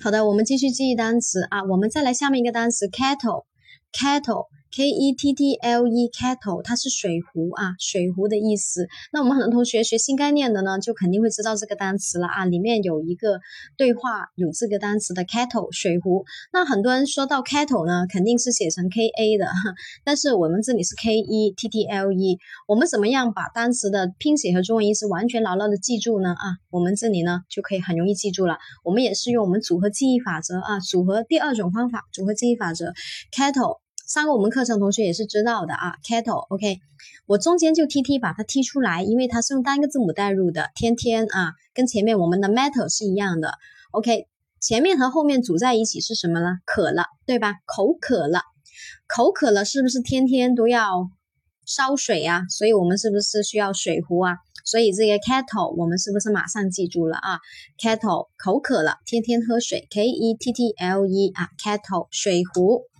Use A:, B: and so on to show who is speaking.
A: 好的，我们继续记忆单词啊，我们再来下面一个单词 kettle K-E-T-T-L-E kettle 它是水壶啊，水壶的意思。那我们很多同学学新概念的呢，就肯定会知道这个单词了啊，里面有一个对话有这个单词的 kettle 水壶。那很多人说到 kettle 呢，肯定是写成 K-A 的，但是我们这里是 K-E-T-T-L-E。我们怎么样把单词的拼写和中文意思完全牢牢的记住呢？啊，我们这里呢就可以很容易记住了。我们也是用我们组合记忆法则啊，组合第二种方法，组合记忆法则 kettle。上个我们课程同学也是知道的啊 kettle OK 我中间就 TT 把它踢出来，因为它是用单个字母代入的天天啊，跟前面我们的 metal 是一样的 OK 前面和后面组在一起是什么呢？渴了对吧？口渴了，口渴了是不是天天都要烧水啊？所以我们是不是需要水壶啊？所以这个 kettle 我们是不是马上记住了啊 kettle 口渴了天天喝水 K-E-T-T-L-E 啊 kettle 水壶